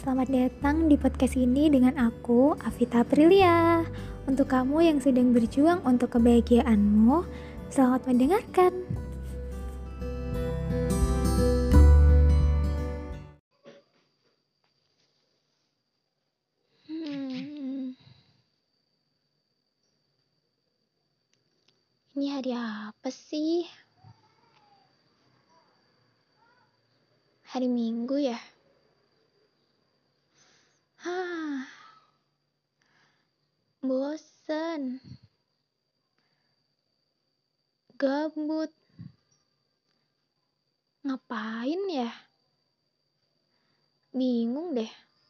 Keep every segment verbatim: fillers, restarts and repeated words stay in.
selamat datang di podcast ini dengan aku, Avita Aprilia. Untuk kamu yang sedang berjuang untuk kebahagiaanmu, selamat mendengarkan. Hmm. Ini hari apa sih? Hari Minggu ya? Hah, bosen, gabut, ngapain ya? Bingung deh.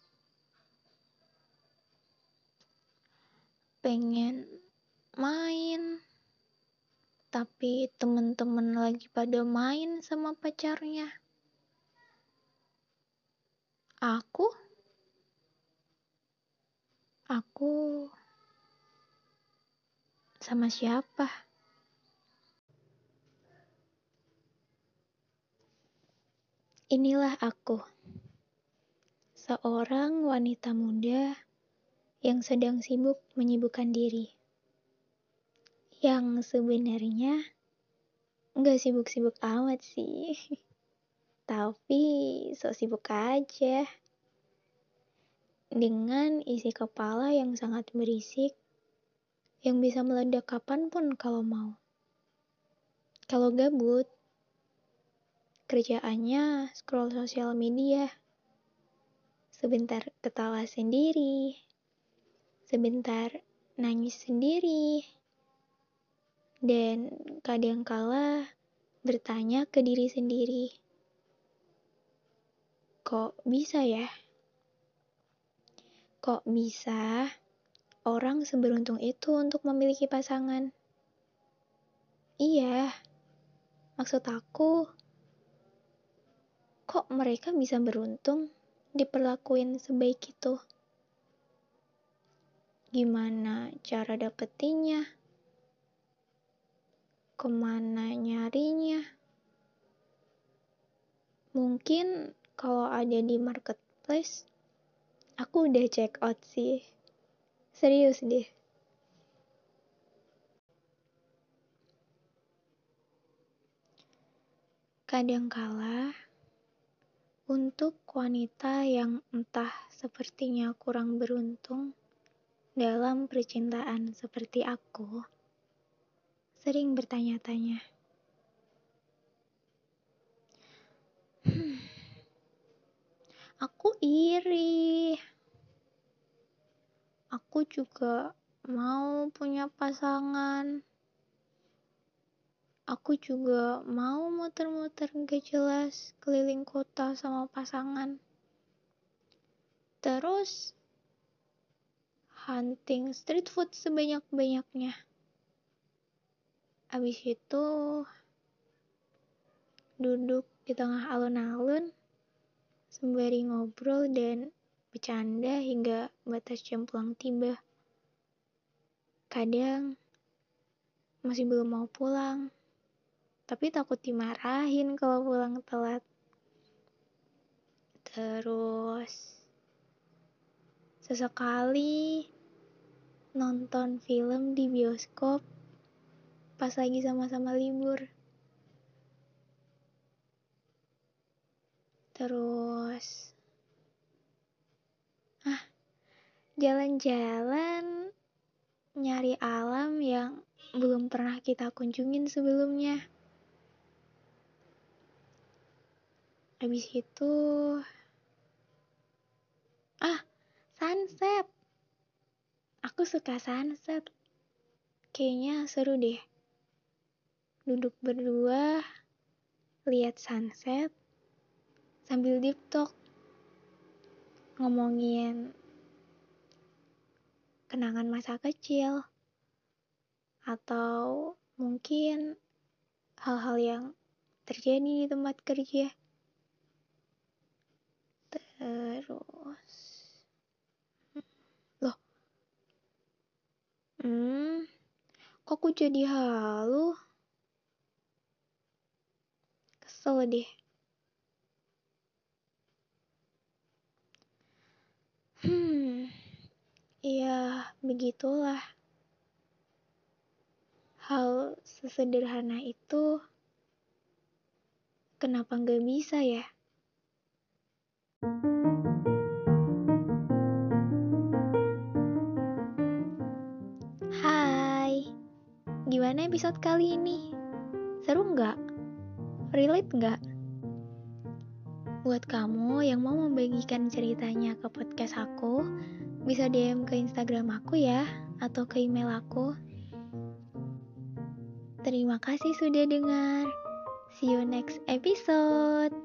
Pengen main, tapi temen-temen lagi pada main sama pacarnya. Aku, aku sama siapa? Inilah aku, seorang wanita muda yang sedang sibuk menyibukkan diri. Yang sebenarnya nggak sibuk-sibuk amat sih, tapi sok sibuk aja. Dengan isi kepala yang sangat berisik, yang bisa meledak kapanpun kalau mau. Kalau gabut, kerjaannya scroll sosial media. Sebentar ketawa sendiri, sebentar nangis sendiri, dan kadangkala bertanya ke diri sendiri, kok bisa ya? Kok bisa orang seberuntung itu untuk memiliki pasangan? Iya, maksud aku, kok mereka bisa beruntung diperlakuin sebaik itu? Gimana cara dapetinnya? Kemana nyarinya? Mungkin kalau ada di marketplace, aku udah check out sih. Serius deh. Kadangkala, untuk wanita yang entah sepertinya kurang beruntung dalam percintaan seperti aku, sering bertanya-tanya, hmm, aku iri. Aku juga mau punya pasangan. Aku juga mau muter-muter gak jelas keliling kota sama pasangan. Terus hunting street food sebanyak-banyaknya. Abis itu duduk di tengah alun-alun sembari ngobrol dan bercanda hingga batas jam pulang tiba. Kadang masih belum mau pulang, tapi takut dimarahin kalau pulang telat. Terus sesekali nonton film di bioskop pas lagi sama-sama libur. Terus ah, jalan-jalan nyari alam yang belum pernah kita kunjungin sebelumnya. Habis itu ah, sunset. Aku suka sunset. Kayaknya seru deh. Duduk berdua, lihat sunset, sambil deep talk. Ngomongin kenangan masa kecil. Atau mungkin hal-hal yang terjadi di tempat kerja. Terus loh, hmm, kok aku jadi halu? Kesel deh. Hmm, ya begitulah. Hal sesederhana itu kenapa nggak bisa ya? Hai, gimana episode kali ini? Seru nggak? Relate nggak? Buat kamu yang mau membagikan ceritanya ke podcast aku, bisa D M ke Instagram aku ya, atau ke email aku. Terima kasih sudah dengar. See you next episode.